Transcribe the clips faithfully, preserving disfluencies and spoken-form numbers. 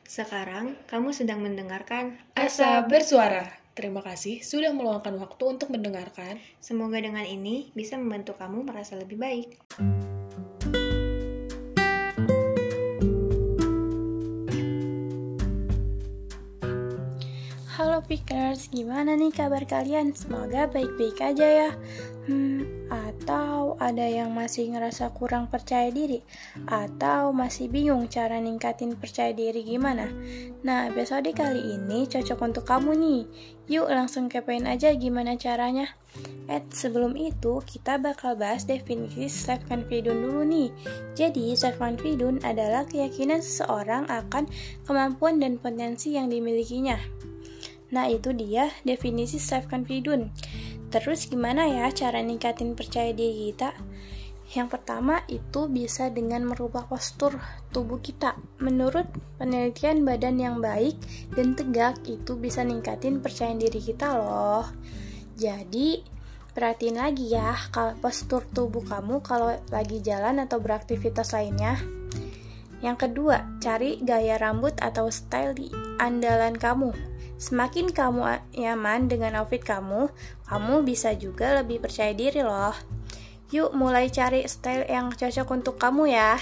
Sekarang kamu sedang mendengarkan Asa Bersuara. Terima kasih sudah meluangkan waktu untuk mendengarkan. Semoga dengan ini bisa membantu kamu merasa lebih baik. Halo Pickers, gimana nih kabar kalian? Semoga baik-baik aja ya. Hmm, atau ada yang masih ngerasa kurang percaya diri? Atau masih bingung cara ningkatin percaya diri gimana? Nah, episode kali ini cocok untuk kamu nih. Yuk langsung kepoin aja gimana caranya. Eh, sebelum itu kita bakal bahas definisi self-confidence dulu nih. Jadi, self-confidence adalah keyakinan seseorang akan kemampuan dan potensi yang dimilikinya. Nah, itu dia definisi self-confidence. Terus gimana ya cara ningkatin percaya diri kita? Yang pertama itu bisa dengan merubah postur tubuh kita. Menurut penelitian, badan yang baik dan tegak itu bisa ningkatin percaya diri kita loh. Jadi, perhatiin lagi ya kalau postur tubuh kamu kalau lagi jalan atau beraktivitas lainnya. Yang kedua, cari gaya rambut atau style di andalan kamu. Semakin kamu nyaman dengan outfit kamu, kamu bisa juga lebih percaya diri loh. Yuk mulai cari style yang cocok untuk kamu ya.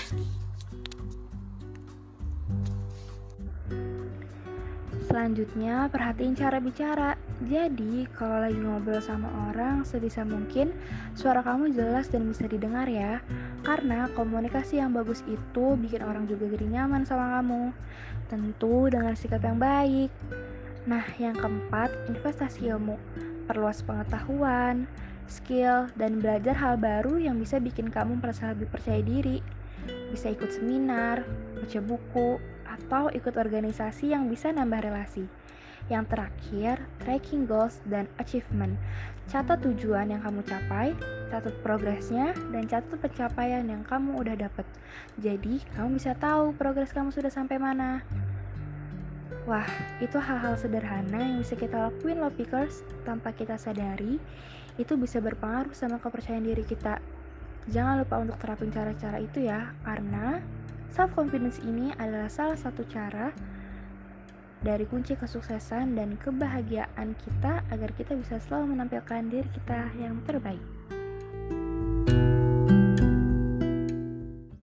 Selanjutnya, perhatiin cara bicara. Jadi, kalau lagi ngobrol sama orang, sebisa mungkin suara kamu jelas dan bisa didengar ya. Karena komunikasi yang bagus itu bikin orang juga jadi nyaman sama kamu. Tentu dengan sikap yang baik. Nah, yang keempat, investasi ilmu. Perluas pengetahuan, skill, dan belajar hal baru yang bisa bikin kamu merasa lebih percaya diri. Bisa ikut seminar, baca buku, atau ikut organisasi yang bisa nambah relasi. Yang terakhir, tracking goals dan achievement. Catat tujuan yang kamu capai, catat progresnya, dan catat pencapaian yang kamu udah dapet. Jadi, kamu bisa tahu progres kamu sudah sampai mana. Wah, itu hal-hal sederhana yang bisa kita lakuin loh Pickers. Tanpa kita sadari, itu bisa berpengaruh sama kepercayaan diri kita. Jangan lupa untuk terapin cara-cara itu ya, karena self-confidence ini adalah salah satu cara dari kunci kesuksesan dan kebahagiaan kita agar kita bisa selalu menampilkan diri kita yang terbaik.